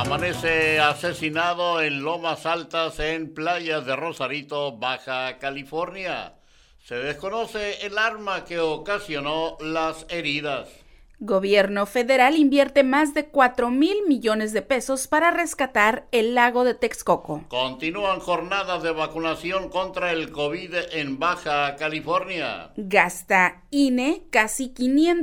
Amanece asesinado en Lomas Altas, en playas de Rosarito, Baja California. Se desconoce el arma que ocasionó las heridas. Gobierno federal invierte más de 4,000 millones de pesos para rescatar el lago de Texcoco. Continúan jornadas de vacunación contra el COVID en Baja California. Gasta INE casi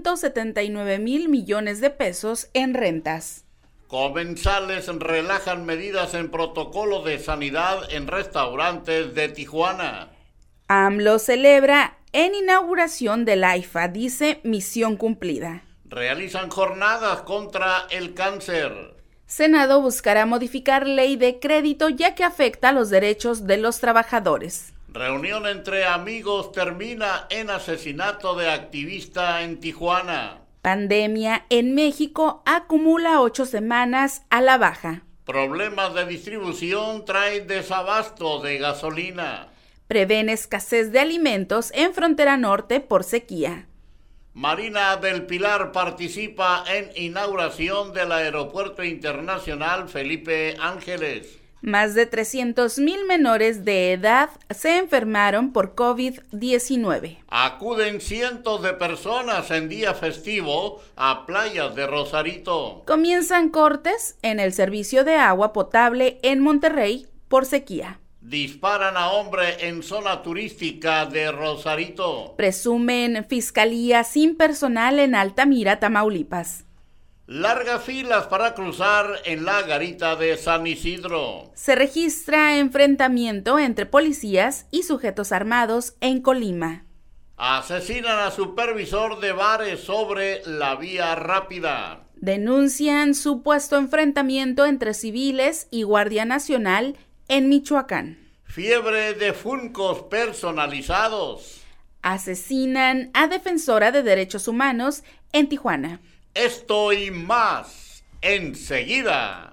579,000 millones de pesos en rentas. Comensales relajan medidas en protocolo de sanidad en restaurantes de Tijuana. AMLO celebra en inauguración del AIFA, dice misión cumplida. Realizan jornadas contra el cáncer. Senado buscará modificar ley de crédito ya que afecta los derechos de los trabajadores. Reunión entre amigos termina en asesinato de activista en Tijuana. Pandemia en México acumula 8 semanas a la baja. Problemas de distribución traen desabasto de gasolina. Prevén escasez de alimentos en frontera norte por sequía. Marina del Pilar participa en inauguración del Aeropuerto Internacional Felipe Ángeles. Más de 300,000 menores de edad se enfermaron por COVID-19. Acuden cientos de personas en día festivo a playas de Rosarito. Comienzan cortes en el servicio de agua potable en Monterrey por sequía. Disparan a hombre en zona turística de Rosarito. Presumen fiscalía sin personal en Altamira, Tamaulipas. Largas filas para cruzar en la garita de San Isidro. Se registra enfrentamiento entre policías y sujetos armados en Colima. Asesinan a supervisor de bares sobre la vía rápida. Denuncian supuesto enfrentamiento entre civiles y Guardia Nacional en Michoacán. Fiebre de funcos personalizados. Asesinan a defensora de derechos humanos en Tijuana. Esto y más enseguida.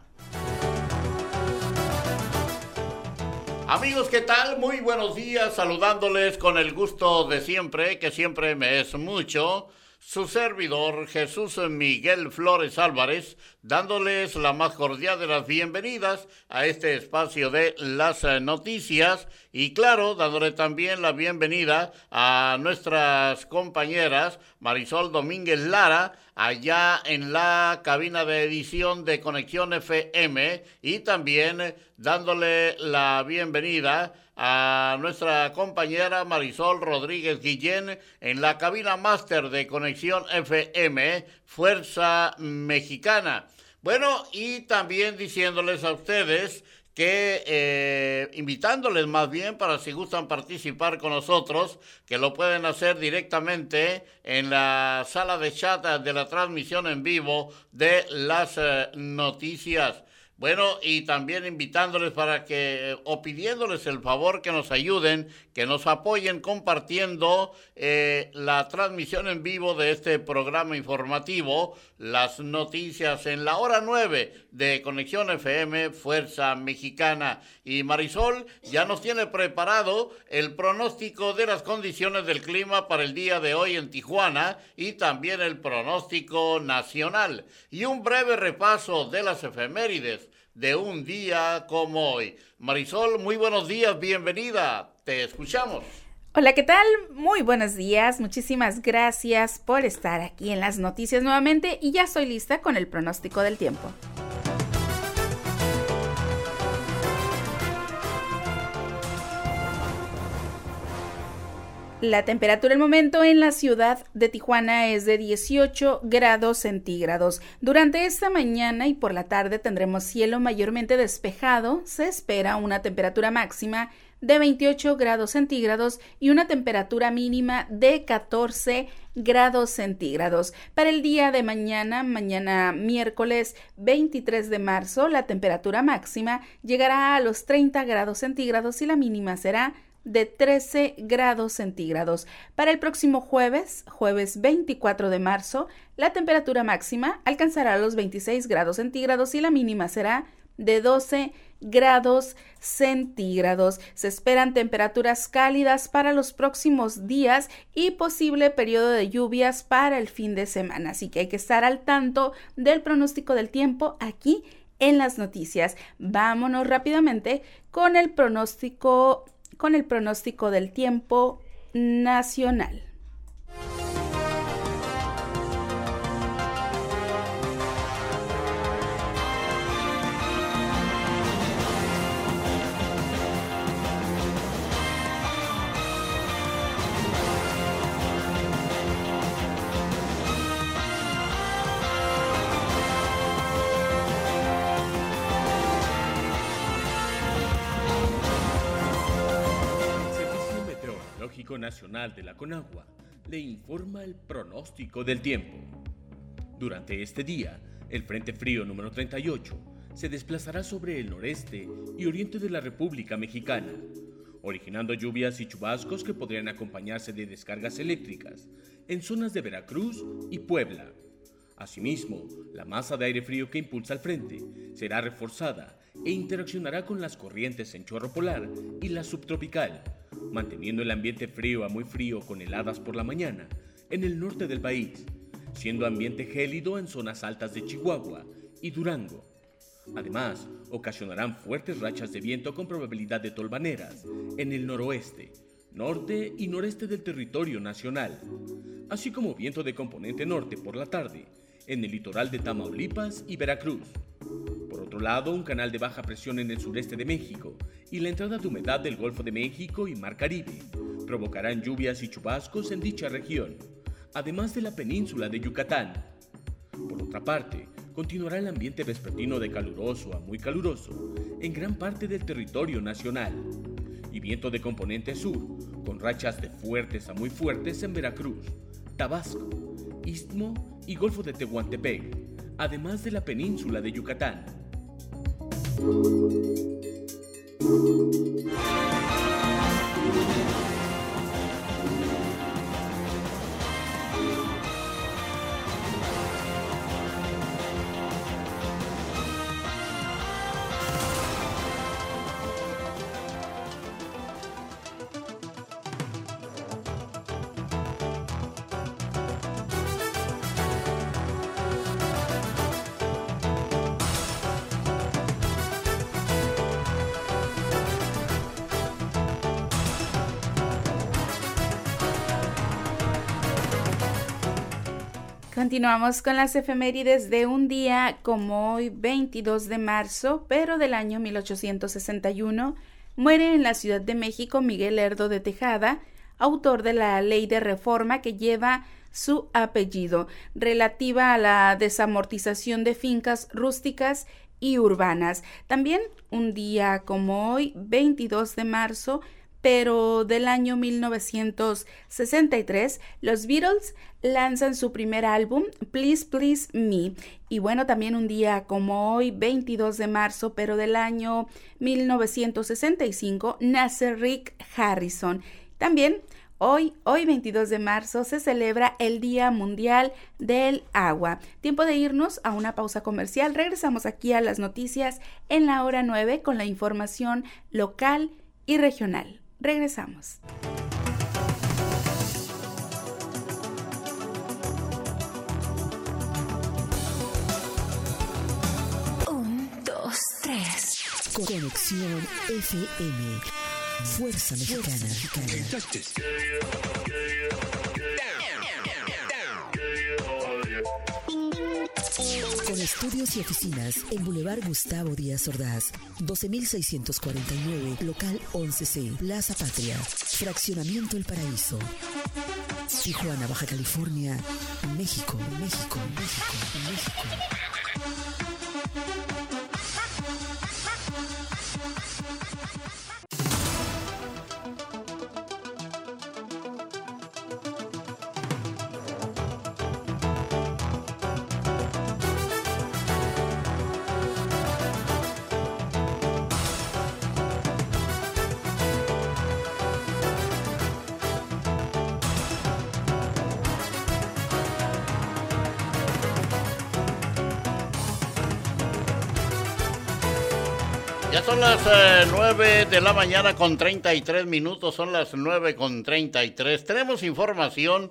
Amigos, ¿qué tal? Muy buenos días, saludándoles con el gusto de siempre, que siempre me es mucho. Su servidor, Jesús Miguel Flores Álvarez, dándoles la más cordial de las bienvenidas a este espacio de las noticias y claro, dándole también la bienvenida a nuestras compañeras Marisol Domínguez Lara, allá en la cabina de edición de Conexión FM y también dándole la bienvenida a nuestra compañera Marisol Rodríguez Guillén en la cabina máster de Conexión FM, Fuerza Mexicana. Bueno, y también diciéndoles a ustedes que invitándoles más bien para si gustan participar con nosotros, que lo pueden hacer directamente en la sala de chat de la transmisión en vivo de las noticias. Bueno, y también invitándoles para que, o pidiéndoles el favor que nos ayuden, que nos apoyen compartiendo la transmisión en vivo de este programa informativo, las noticias en la hora 9 de Conexión FM, Fuerza Mexicana. Y Marisol ya nos tiene preparado el pronóstico de las condiciones del clima para el día de hoy en Tijuana y también el pronóstico nacional. Y un breve repaso de las efemérides de un día como hoy. Marisol, muy buenos días, bienvenida, te escuchamos. Hola, ¿qué tal? Muy buenos días, muchísimas gracias por estar aquí en las noticias nuevamente y ya estoy lista con el pronóstico del tiempo. La temperatura al momento en la ciudad de Tijuana es de 18 grados centígrados. Durante esta mañana y por la tarde tendremos cielo mayormente despejado. Se espera una temperatura máxima de 28 grados centígrados y una temperatura mínima de 14 grados centígrados. Para el día de mañana miércoles 23 de marzo, la temperatura máxima llegará a los 30 grados centígrados y la mínima será de 13 grados centígrados. Para el próximo jueves 24 de marzo, la temperatura máxima alcanzará los 26 grados centígrados y la mínima será de 12 grados centígrados. Se esperan temperaturas cálidas para los próximos días y posible periodo de lluvias para el fin de semana. Así que hay que estar al tanto del pronóstico del tiempo aquí en las noticias. Vámonos rápidamente con el pronóstico del tiempo nacional. Nacional de la Conagua le informa el pronóstico del tiempo. Durante este día, el Frente Frío número 38 se desplazará sobre el noreste y oriente de la República Mexicana, originando lluvias y chubascos que podrían acompañarse de descargas eléctricas en zonas de Veracruz y Puebla. Asimismo, la masa de aire frío que impulsa el frente será reforzada e interaccionará con las corrientes en chorro polar y la subtropical, manteniendo el ambiente frío a muy frío con heladas por la mañana en el norte del país, siendo ambiente gélido en zonas altas de Chihuahua y Durango. Además, ocasionarán fuertes rachas de viento con probabilidad de tolvaneras en el noroeste, norte y noreste del territorio nacional, así como viento de componente norte por la tarde en el litoral de Tamaulipas y Veracruz. Por otro lado, un canal de baja presión en el sureste de México y la entrada de humedad del Golfo de México y Mar Caribe provocarán lluvias y chubascos en dicha región, además de la península de Yucatán. Por otra parte, continuará el ambiente vespertino de caluroso a muy caluroso en gran parte del territorio nacional y viento de componente sur, con rachas de fuertes a muy fuertes en Veracruz, Tabasco, Istmo y Golfo de Tehuantepec, además de la península de Yucatán. Continuamos con las efemérides de un día como hoy, 22 de marzo, pero del año 1861, muere en la Ciudad de México Miguel Lerdo de Tejada, autor de la ley de reforma que lleva su apellido, relativa a la desamortización de fincas rústicas y urbanas. También un día como hoy, 22 de marzo, pero del año 1963, los Beatles lanzan su primer álbum, Please Please Me. Y bueno, también un día como hoy, 22 de marzo, pero del año 1965, nace Rick Harrison. También hoy 22 de marzo, se celebra el Día Mundial del Agua. Tiempo de irnos a una pausa comercial. Regresamos aquí a las noticias en la hora 9 con la información local y regional. Regresamos. Un, dos, tres. Conexión FM. Fuerza Mexicana. Con estudios y oficinas en Boulevard Gustavo Díaz Ordaz, 12.649, local 11C, Plaza Patria, Fraccionamiento El Paraíso, Tijuana, Baja California, México. Ya son las 9 de la mañana con 33 minutos, son las 9 con 33. Tenemos información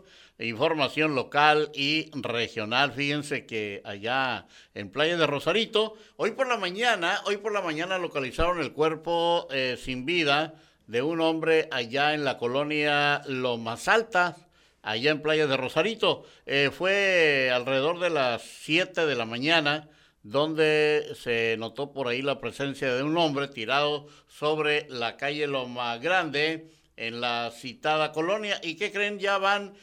local y regional. Fíjense que allá en Playa de Rosarito, hoy por la mañana localizaron el cuerpo sin vida de un hombre allá en la colonia Lomas Altas, allá en Playa de Rosarito. Fue alrededor de las 7 de la mañana, donde se notó por ahí la presencia de un hombre tirado sobre la calle Loma Grande en la citada colonia. ¿Y qué creen? Ya van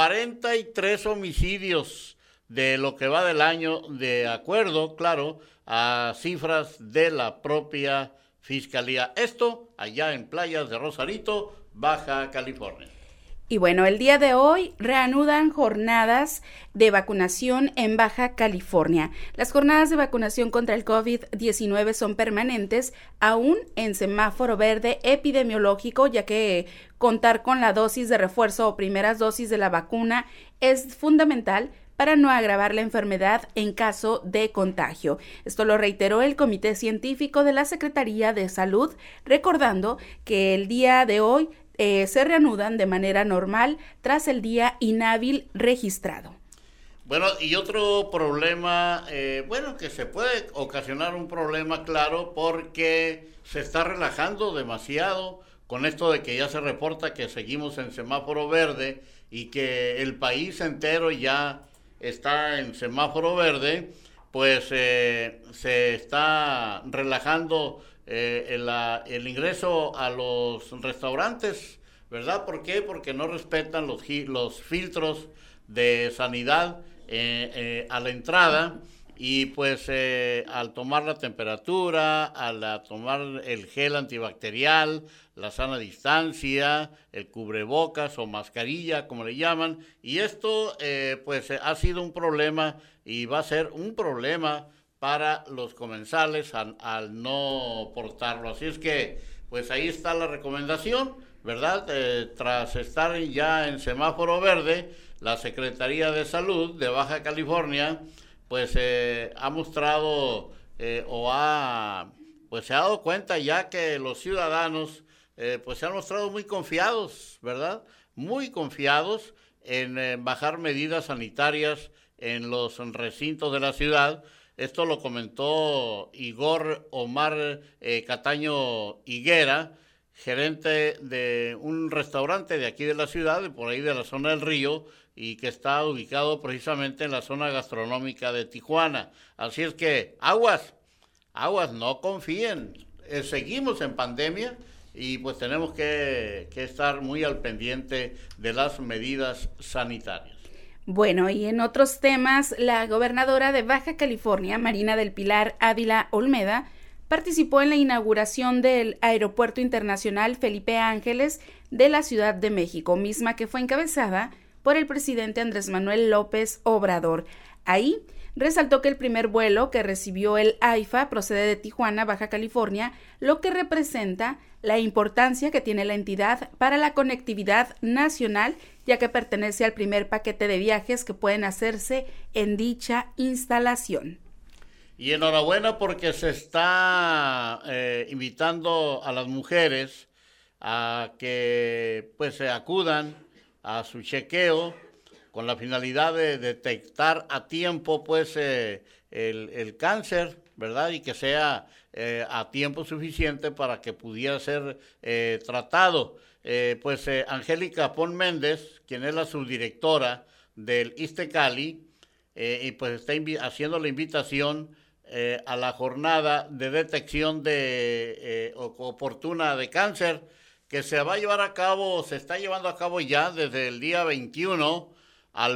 43 homicidios de lo que va del año, de acuerdo, claro, a cifras de la propia Fiscalía. Esto allá en Playas de Rosarito, Baja California. Y bueno, el día de hoy reanudan jornadas de vacunación en Baja California. Las jornadas de vacunación contra el COVID-19 son permanentes, aún en semáforo verde epidemiológico, ya que contar con la dosis de refuerzo o primeras dosis de la vacuna es fundamental para no agravar la enfermedad en caso de contagio. Esto lo reiteró el Comité Científico de la Secretaría de Salud, recordando que el día de hoy se reanudan de manera normal tras el día inhábil registrado. Bueno, y otro problema, que se puede ocasionar un problema, claro, porque se está relajando demasiado con esto de que ya se reporta que seguimos en semáforo verde y que el país entero ya está en semáforo verde, pues se está relajando el ingreso a los restaurantes, ¿verdad? ¿Por qué? Porque no respetan los filtros de sanidad a la entrada, y pues al tomar la temperatura, al tomar el gel antibacterial, la sana distancia, el cubrebocas o mascarilla, como le llaman, y esto ha sido un problema y va a ser un problema para los comensales al no portarlo. Así es que, pues ahí está la recomendación, ¿verdad? Tras estar ya en semáforo verde, la Secretaría de Salud de Baja California, pues ha mostrado se ha dado cuenta ya que los ciudadanos, pues se han mostrado muy confiados, ¿verdad? Muy confiados en bajar medidas sanitarias en los recintos de la ciudad. Esto lo comentó Igor Omar Cataño Higuera, gerente de un restaurante de aquí de la ciudad, de por ahí de la zona del Río, y que está ubicado precisamente en la zona gastronómica de Tijuana. Así es que aguas, no confíen. Seguimos en pandemia y pues tenemos que estar muy al pendiente de las medidas sanitarias. Bueno, y en otros temas, la gobernadora de Baja California, Marina del Pilar Ávila Olmeda, participó en la inauguración del Aeropuerto Internacional Felipe Ángeles de la Ciudad de México, misma que fue encabezada por el presidente Andrés Manuel López Obrador. Ahí resaltó que el primer vuelo que recibió el AIFA procede de Tijuana, Baja California, lo que representa la importancia que tiene la entidad para la conectividad nacional, ya que pertenece al primer paquete de viajes que pueden hacerse en dicha instalación. Y enhorabuena porque se está invitando a las mujeres a que pues se acudan a su chequeo con la finalidad de detectar a tiempo pues el cáncer, ¿verdad? Y que sea a tiempo suficiente para que pudiera ser tratado. Angélica Pon Méndez, quien es la subdirectora del ISSSTE-CALI, y pues está haciendo la invitación a la jornada de detección oportuna de cáncer, que se va a llevar a cabo, se está llevando a cabo ya desde el día 21 al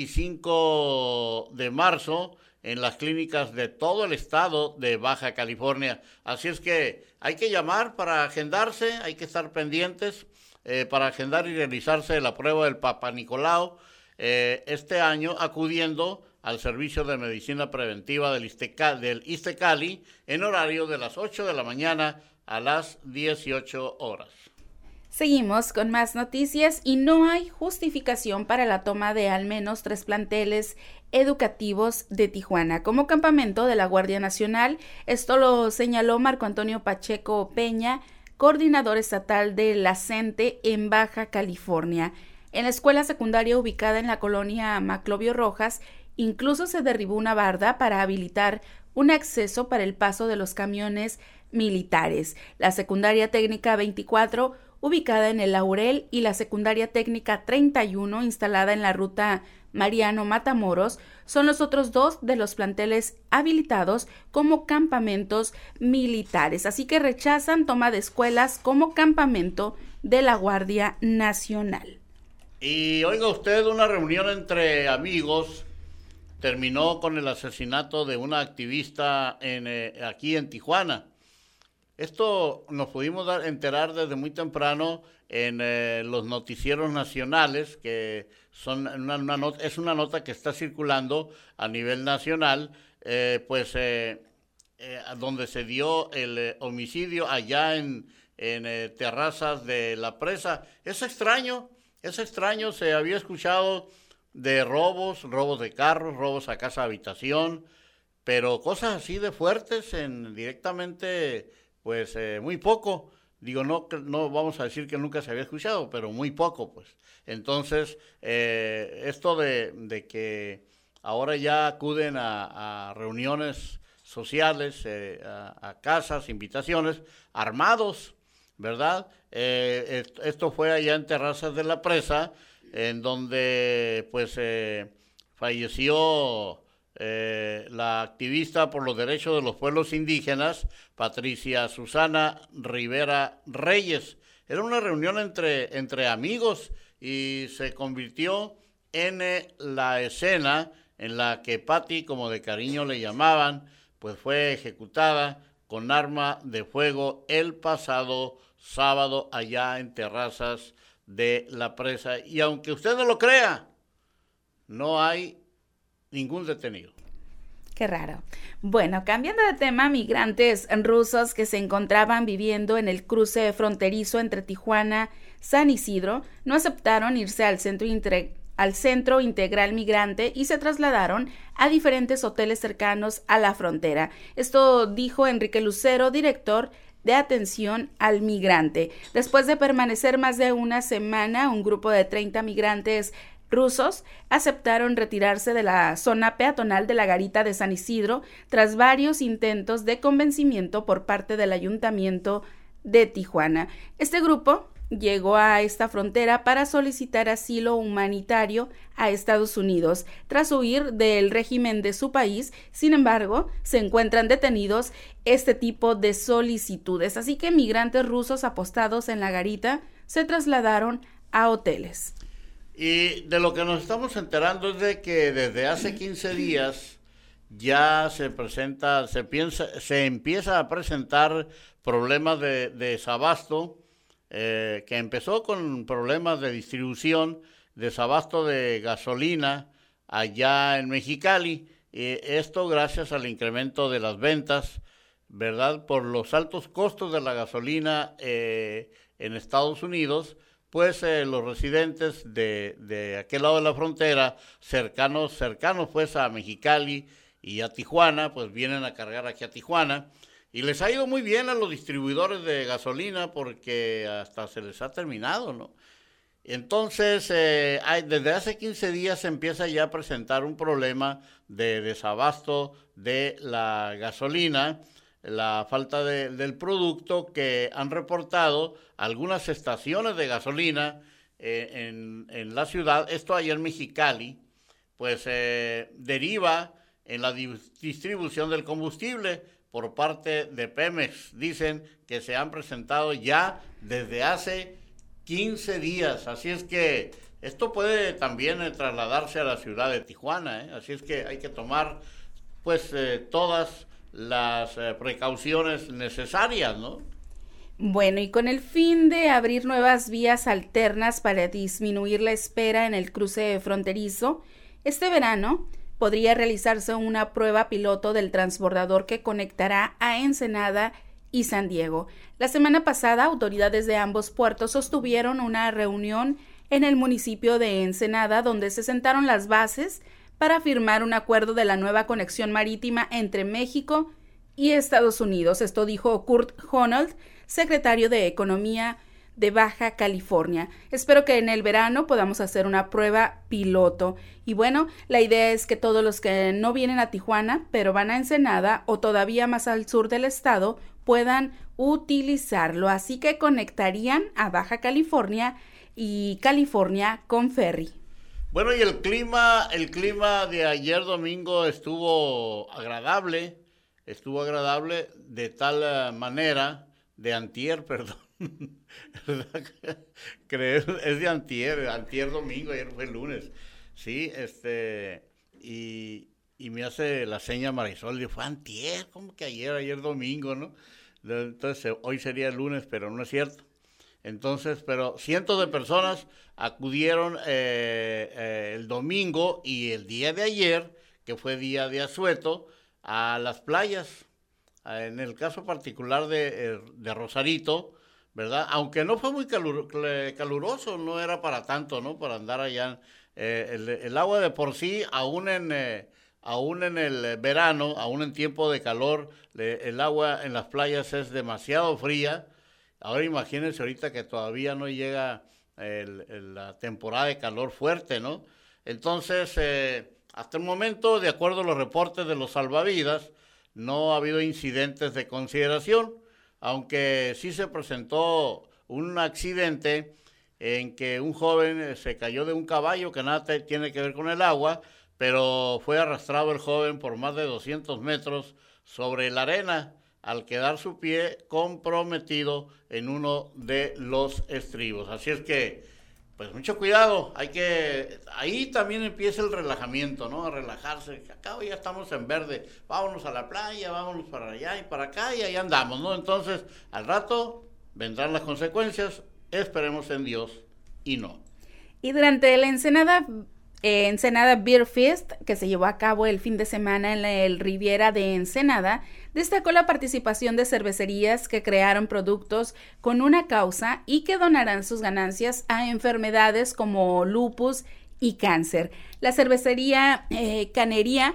25 de marzo en las clínicas de todo el estado de Baja California. Así es que hay que llamar para agendarse, hay que estar pendientes para agendar y realizarse la prueba del Papa Nicolau este año, acudiendo al servicio de medicina preventiva del ISSSTE-CALI en horario de las 8 de la mañana a las 18 horas. Seguimos con más noticias y no hay justificación para la toma de al menos 3 planteles educativos de Tijuana como campamento de la Guardia Nacional. Esto lo señaló Marco Antonio Pacheco Peña, coordinador estatal de la CENTE en Baja California. En la escuela secundaria ubicada en la colonia Maclovio Rojas, incluso se derribó una barda para habilitar un acceso para el paso de los camiones militares. La secundaria técnica 24 ubicada en el Laurel y la secundaria técnica 31 instalada en la ruta Mariano Matamoros son los otros 2 de los planteles habilitados como campamentos militares, así que rechazan toma de escuelas como campamento de la Guardia Nacional. Y oiga usted, una reunión entre amigos terminó con el asesinato de una activista aquí en Tijuana. Esto nos pudimos enterar desde muy temprano en los noticieros nacionales, que son es una nota que está circulando a nivel nacional, donde se dio el homicidio allá en Terrazas de la Presa. Es extraño, se había escuchado de robos de carros, robos a casa habitación, pero cosas así de fuertes directamente... pues muy poco, digo, no vamos a decir que nunca se había escuchado, pero muy poco, pues. Entonces, esto de que ahora ya acuden a reuniones sociales, a casas, invitaciones, armados, ¿verdad? Esto fue allá en Terrazas de la Presa, en donde, pues, falleció... la activista por los derechos de los pueblos indígenas, Patricia Susana Rivera Reyes. Era una reunión entre amigos y se convirtió en la escena en la que Pati, como de cariño le llamaban, pues fue ejecutada con arma de fuego el pasado sábado allá en Terrazas de la Presa. Y aunque usted no lo crea, no hay ningún detenido. Qué raro. Bueno, cambiando de tema, migrantes rusos que se encontraban viviendo en el cruce fronterizo entre Tijuana y San Isidro no aceptaron irse al Centro Integral Migrante y se trasladaron a diferentes hoteles cercanos a la frontera. Esto dijo Enrique Lucero, director de atención al migrante. Después de permanecer más de una semana, un grupo de 30 migrantes rusos aceptaron retirarse de la zona peatonal de la Garita de San Isidro tras varios intentos de convencimiento por parte del Ayuntamiento de Tijuana. Este grupo llegó a esta frontera para solicitar asilo humanitario a Estados Unidos tras huir del régimen de su país. Sin embargo, se encuentran detenidos este tipo de solicitudes, así que migrantes rusos apostados en la Garita se trasladaron a hoteles. Y de lo que nos estamos enterando es de que desde hace 15 días ya se empieza a presentar problemas de desabasto, que empezó con problemas de distribución, desabasto de gasolina allá en Mexicali. Esto gracias al incremento de las ventas, ¿verdad? Por los altos costos de la gasolina en Estados Unidos. Pues los residentes de aquel lado de la frontera, cercanos pues a Mexicali y a Tijuana, pues vienen a cargar aquí a Tijuana, y les ha ido muy bien a los distribuidores de gasolina porque hasta se les ha terminado, ¿no? Entonces, desde hace 15 días se empieza ya a presentar un problema de desabasto de la gasolina, la falta del producto que han reportado algunas estaciones de gasolina en la ciudad. Esto allá en Mexicali, pues deriva en la distribución del combustible por parte de Pemex. Dicen que se han presentado ya desde hace 15 días, así es que esto puede también trasladarse a la ciudad de Tijuana, así es que hay que tomar pues todas las precauciones necesarias, ¿no? Bueno, y con el fin de abrir nuevas vías alternas para disminuir la espera en el cruce fronterizo, este verano podría realizarse una prueba piloto del transbordador que conectará a Ensenada y San Diego. La semana pasada, autoridades de ambos puertos sostuvieron una reunión en el municipio de Ensenada, donde se sentaron las bases para firmar un acuerdo de la nueva conexión marítima entre México y Estados Unidos. Esto dijo Kurt Honold, secretario de Economía de Baja California. Espero que en el verano podamos hacer una prueba piloto. Y bueno, la idea es que todos los que no vienen a Tijuana, pero van a Ensenada o todavía más al sur del estado, puedan utilizarlo. Así que conectarían a Baja California y California con ferry. Bueno, y el clima de ayer domingo estuvo agradable de tal manera, de antier, perdón. Creo, es de antier domingo, ayer fue el lunes. Sí, y me hace la seña Marisol, fue antier, ¿cómo que ayer domingo, no? Entonces, hoy sería el lunes, pero no es cierto. Entonces, pero cientos de personas acudieron el domingo y el día de ayer, que fue día de asueto, a las playas. En el caso particular de Rosarito, ¿verdad? Aunque no fue muy caluroso, no era para tanto, ¿no? Para andar allá. El agua de por sí, aún en el verano, aún en tiempo de calor, el agua en las playas es demasiado fría. Ahora imagínense ahorita que todavía no llega la temporada de calor fuerte, ¿no? Entonces, hasta el momento, de acuerdo a los reportes de los salvavidas, no ha habido incidentes de consideración, aunque sí se presentó un accidente en que un joven se cayó de un caballo que nada tiene que ver con el agua, pero fue arrastrado el joven por más de 200 metros sobre la arena al quedar su pie comprometido en uno de los estribos. Así es que, pues mucho cuidado, ahí también empieza el relajamiento, ¿no? A relajarse, acá ya estamos en verde, vámonos a la playa, vámonos para allá y para acá y ahí andamos, ¿no? Entonces, al rato vendrán las consecuencias, esperemos en Dios y no. Y durante la Ensenada Beer Fest, que se llevó a cabo el fin de semana en el Riviera de Ensenada, destacó la participación de cervecerías que crearon productos con una causa y que donarán sus ganancias a enfermedades como lupus y cáncer. La cervecería Canería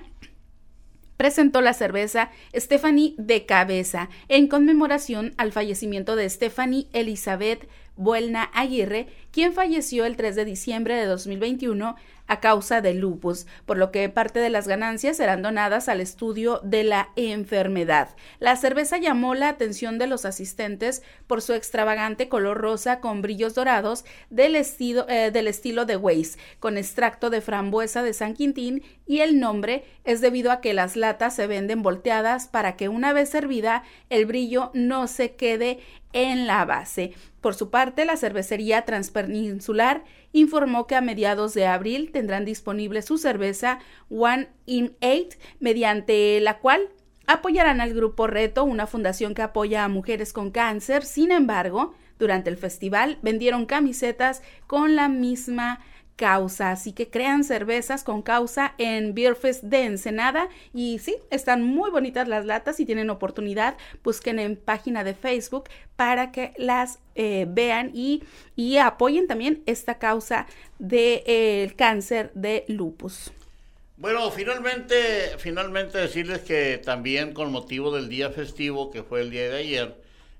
presentó la cerveza Stephanie de Cabeza en conmemoración al fallecimiento de Stephanie Elizabeth Buelna Aguirre, quien falleció el 3 de diciembre de 2021 a causa de lupus, por lo que parte de las ganancias serán donadas al estudio de la enfermedad. La cerveza llamó la atención de los asistentes por su extravagante color rosa con brillos dorados del estilo de Weiss, con extracto de frambuesa de San Quintín, y el nombre es debido a que las latas se venden volteadas para que una vez servida el brillo no se quede en la base. Por su parte, la cervecería Transpeninsular informó que a mediados de abril tendrán disponible su cerveza One in Eight, mediante la cual apoyarán al Grupo Reto, una fundación que apoya a mujeres con cáncer. Sin embargo, durante el festival vendieron camisetas con la misma causa, así que crean cervezas con causa en Beer Fest de Ensenada, y sí, están muy bonitas las latas. Si tienen oportunidad, busquen en página de Facebook para que las vean y apoyen también esta causa del cáncer de lupus. Bueno, finalmente decirles que también con motivo del día festivo que fue el día de ayer,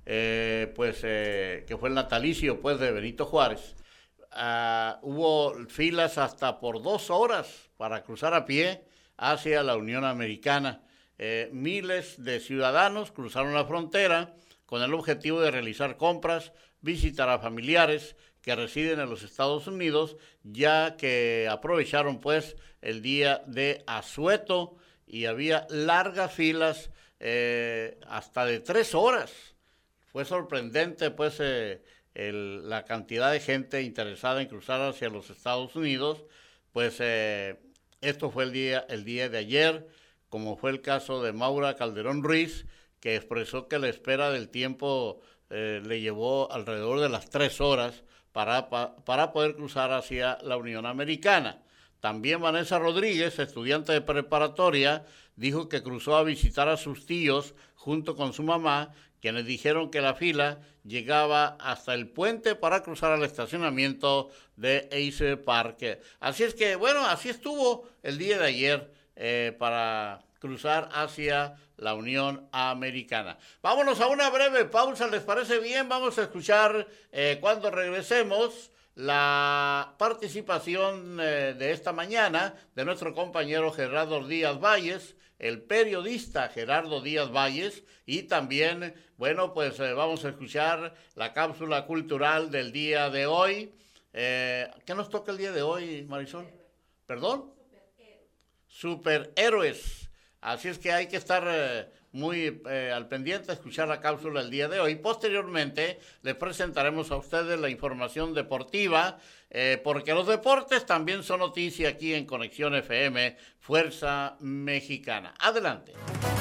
que fue el natalicio pues de Benito Juárez, hubo filas hasta por 2 horas para cruzar a pie hacia la Unión Americana. Miles de ciudadanos cruzaron la frontera con el objetivo de realizar compras, visitar a familiares que residen en los Estados Unidos, ya que aprovecharon pues el día de asueto y había largas filas hasta de 3 horas. Fue sorprendente pues la cantidad de gente interesada en cruzar hacia los Estados Unidos. Pues esto fue el día de ayer, como fue el caso de Maura Calderón Ruiz, que expresó que la espera del tiempo le llevó alrededor de las 3 horas para poder cruzar hacia la Unión Americana. También Vanessa Rodríguez, estudiante de preparatoria, dijo que cruzó a visitar a sus tíos junto con su mamá, quienes dijeron que la fila llegaba hasta el puente para cruzar al estacionamiento de Ace Park. Así es que, bueno, así estuvo el día de ayer para cruzar hacia la Unión Americana. Vámonos a una breve pausa, ¿les parece bien? Vamos a escuchar cuando regresemos la participación de esta mañana de nuestro compañero Gerardo Díaz Valles, el periodista Gerardo Díaz Valles, y también, bueno, pues vamos a escuchar la cápsula cultural del día de hoy. ¿Qué nos toca el día de hoy, Marisol? ¿Perdón? Superhéroes. Así es que hay que estar muy al pendiente a escuchar la cápsula del día de hoy. Posteriormente les presentaremos a ustedes la información deportiva, porque los deportes también son noticia aquí en Conexión FM, Fuerza Mexicana. Adelante.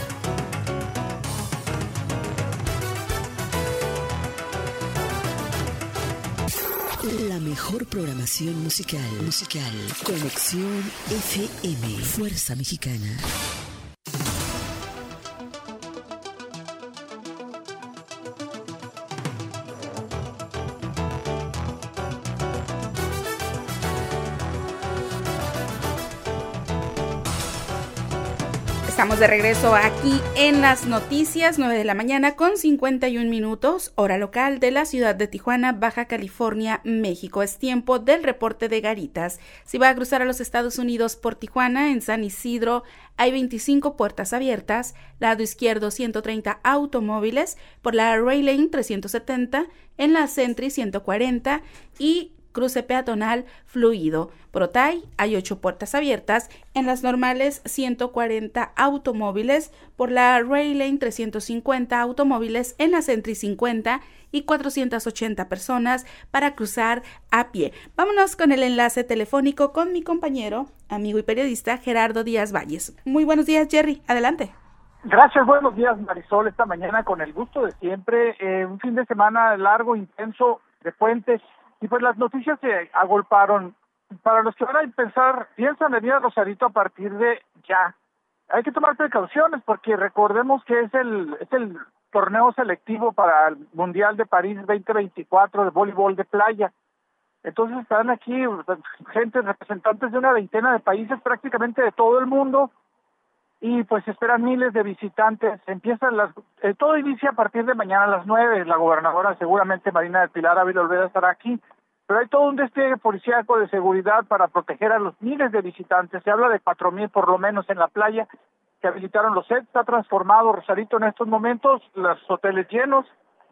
La mejor programación musical. Conexión FM, Fuerza Mexicana. Estamos de regreso aquí en las noticias, 9 de la mañana con 51 minutos, hora local de la ciudad de Tijuana, Baja California, México. Es tiempo del reporte de Garitas. Si va a cruzar a los Estados Unidos por Tijuana, en San Isidro hay 25 puertas abiertas, lado izquierdo 130 automóviles, por la Rail Lane 370, en la Sentry 140 y cruce peatonal fluido. Por Otay hay 8 puertas abiertas, en las normales 140 automóviles, por la Rail Lane 350 automóviles, en la Sentry 50 y 480 personas para cruzar a pie. Vámonos con el enlace telefónico con mi compañero, amigo y periodista Gerardo Díaz Valles. Muy buenos días, Jerry, adelante. Gracias, buenos días, Marisol, esta mañana con el gusto de siempre, un fin de semana largo, intenso, de puentes. Y pues las noticias se agolparon. Para los que van a piensan venir a Rosarito a partir de ya. Hay que tomar precauciones porque recordemos que es el torneo selectivo para el Mundial de París 2024 de voleibol de playa. Entonces están aquí representantes de una veintena de países, prácticamente de todo el mundo, y pues esperan miles de visitantes. Todo inicia a partir de mañana a las 9. La gobernadora, seguramente Marina del Pilar Ávila Olvera, estará aquí, pero hay todo un despliegue policíaco de seguridad para proteger a los miles de visitantes. Se habla de 4,000 por lo menos en la playa, que habilitaron los sets. Está transformado Rosarito en estos momentos, los hoteles llenos,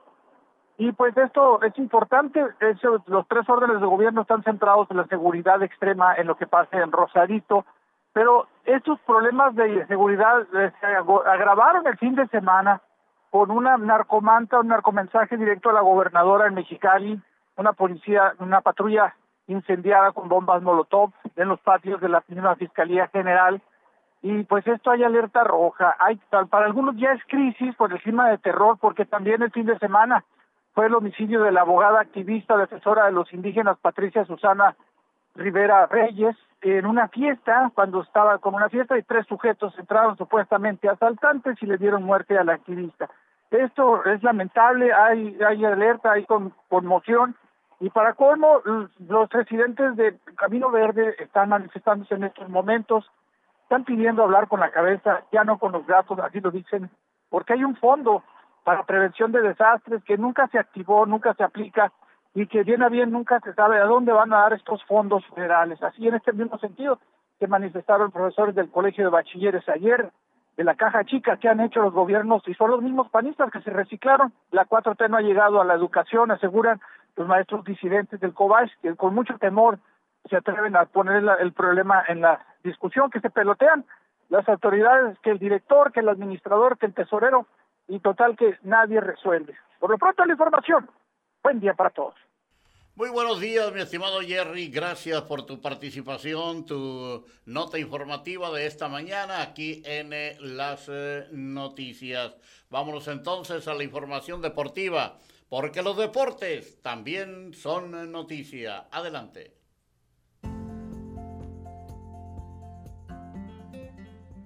y pues esto es importante. Los 3 órdenes de gobierno están centrados en la seguridad extrema, en lo que pase en Rosarito. Pero estos problemas de seguridad se agravaron el fin de semana con un narcomensaje directo a la gobernadora en Mexicali, una patrulla incendiada con bombas molotov en los patios de la misma Fiscalía General. Y pues esto hay alerta roja. Para algunos ya es crisis por el clima de terror, porque también el fin de semana fue el homicidio de la abogada activista defensora de los indígenas Patricia Susana Rivera Reyes, en una fiesta, cuando estaba como una fiesta, y 3 sujetos entraron supuestamente asaltantes y le dieron muerte a la activista. Esto es lamentable, hay alerta, hay conmoción, y para colmo, los residentes de Camino Verde están manifestándose en estos momentos, están pidiendo hablar con la cabeza, ya no con los gatos, así lo dicen, porque hay un fondo para prevención de desastres que nunca se activó, nunca se aplica, y que bien a bien nunca se sabe a dónde van a dar estos fondos federales. Así, en este mismo sentido, se manifestaron profesores del Colegio de Bachilleres ayer, de la caja chica que han hecho los gobiernos, y son los mismos panistas que se reciclaron. La 4T no ha llegado a la educación, aseguran los maestros disidentes del COBACH, que con mucho temor se atreven a poner el problema en la discusión, que se pelotean las autoridades, que el director, que el administrador, que el tesorero, y total que nadie resuelve. Por lo pronto, la información. Buen día para todos. Muy buenos días, mi estimado Jerry. Gracias por tu participación, tu nota informativa de esta mañana aquí en las noticias. Vámonos entonces a la información deportiva, porque los deportes también son noticia. Adelante. Hola,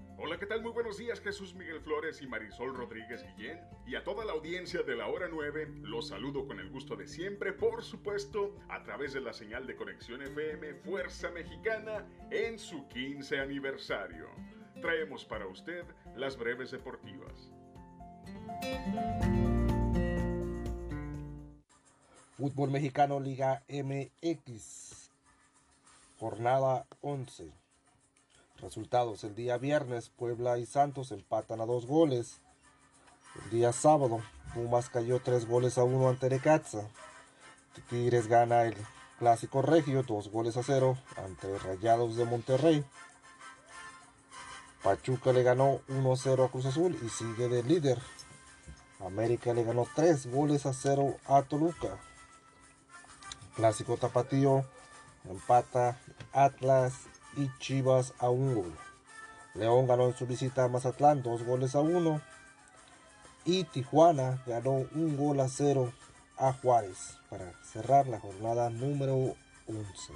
¿qué tal? Muy buenos días, Jesús Miguel Flores y Marisol Rodríguez Guillén. Y a toda la audiencia de la hora 9, los saludo con el gusto de siempre, por supuesto, a través de la señal de Conexión FM Fuerza Mexicana en su 15 aniversario. Traemos para usted las breves deportivas. Fútbol mexicano, Liga MX, jornada 11. Resultados: el día viernes, Puebla y Santos empatan a 2 goles. El día sábado, Pumas cayó 3-1 ante Necaxa. Tigres gana el Clásico Regio 2-0 ante Rayados de Monterrey. Pachuca le ganó 1-0 a Cruz Azul y sigue de líder. América le ganó 3-0 a Toluca. Clásico Tapatío, empata Atlas y Chivas a 1 gol. León ganó en su visita a Mazatlán 2-1. Y Tijuana ganó 1-0 a Juárez para cerrar la jornada número 11.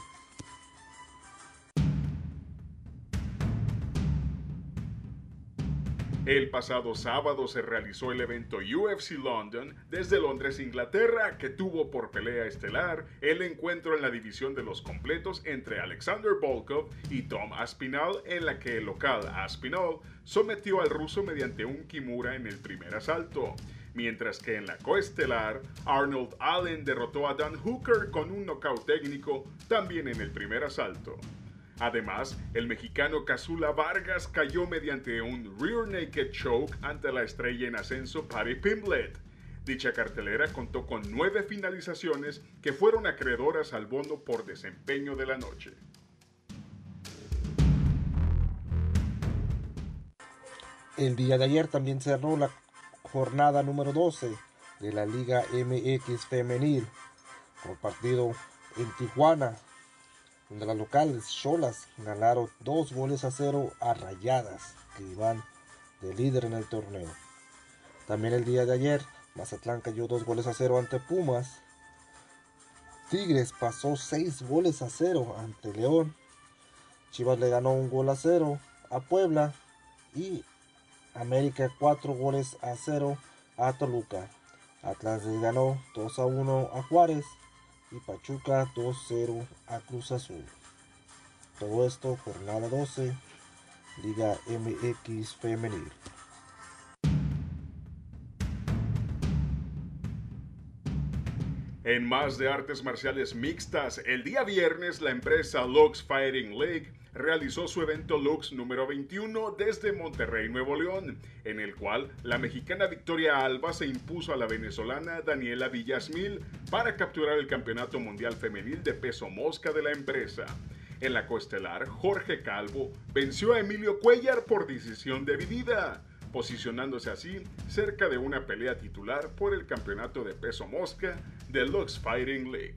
El pasado sábado se realizó el evento UFC London desde Londres, Inglaterra, que tuvo por pelea estelar el encuentro en la división de los completos entre Alexander Volkov y Tom Aspinall, en la que el local Aspinall sometió al ruso mediante un kimura en el primer asalto. Mientras que en la coestelar, Arnold Allen derrotó a Dan Hooker con un nocaut técnico también en el primer asalto. Además, el mexicano Kazula Vargas cayó mediante un rear naked choke ante la estrella en ascenso Paddy Pimblett. Dicha cartelera contó con 9 finalizaciones que fueron acreedoras al bono por desempeño de la noche. El día de ayer también cerró la jornada número 12 de la Liga MX Femenil, con partido en Tijuana, donde las locales Xolas ganaron 2-0 a Rayadas, que van de líder en el torneo. También el día de ayer, Mazatlán cayó 2-0 ante Pumas. Tigres pasó 6-0 ante León. Chivas le ganó 1-0 a Puebla. Y América 4-0 a Toluca. Atlas le ganó 2-1 a Juárez. Y Pachuca 2-0 a Cruz Azul. Todo esto, jornada 12, Liga MX Femenil. En más de artes marciales mixtas, el día viernes la empresa Lux Fighting League realizó su evento Lux número 21 desde Monterrey, Nuevo León, en el cual la mexicana Victoria Alba se impuso a la venezolana Daniela Villasmil para capturar el campeonato mundial femenil de peso mosca de la empresa. En la coestelar, Jorge Calvo venció a Emilio Cuellar por decisión dividida, posicionándose así cerca de una pelea titular por el campeonato de peso mosca de Lux Fighting League.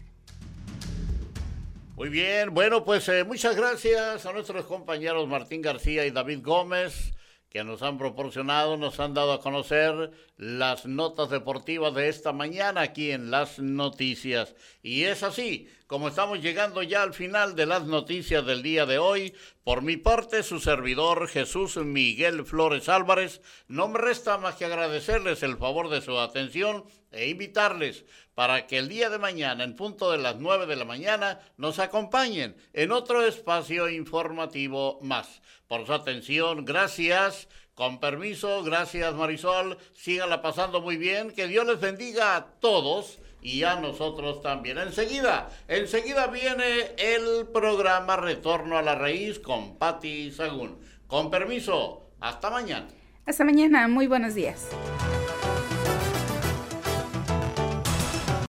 Muy bien, bueno, pues muchas gracias a nuestros compañeros Martín García y David Gómez, que nos han proporcionado, nos han dado a conocer las notas deportivas de esta mañana aquí en Las Noticias. Y es así, como estamos llegando ya al final de las noticias del día de hoy, por mi parte, su servidor Jesús Miguel Flores Álvarez, no me resta más que agradecerles el favor de su atención e invitarles para que el día de mañana, en punto de las 9 de la mañana, nos acompañen en otro espacio informativo más. Por su atención, gracias. Con permiso, gracias Marisol. Síganla pasando muy bien. Que Dios les bendiga a todos y a nosotros también. Enseguida viene el programa Retorno a la Raíz con Patti Sagún. Con permiso, hasta mañana. Hasta mañana, muy buenos días.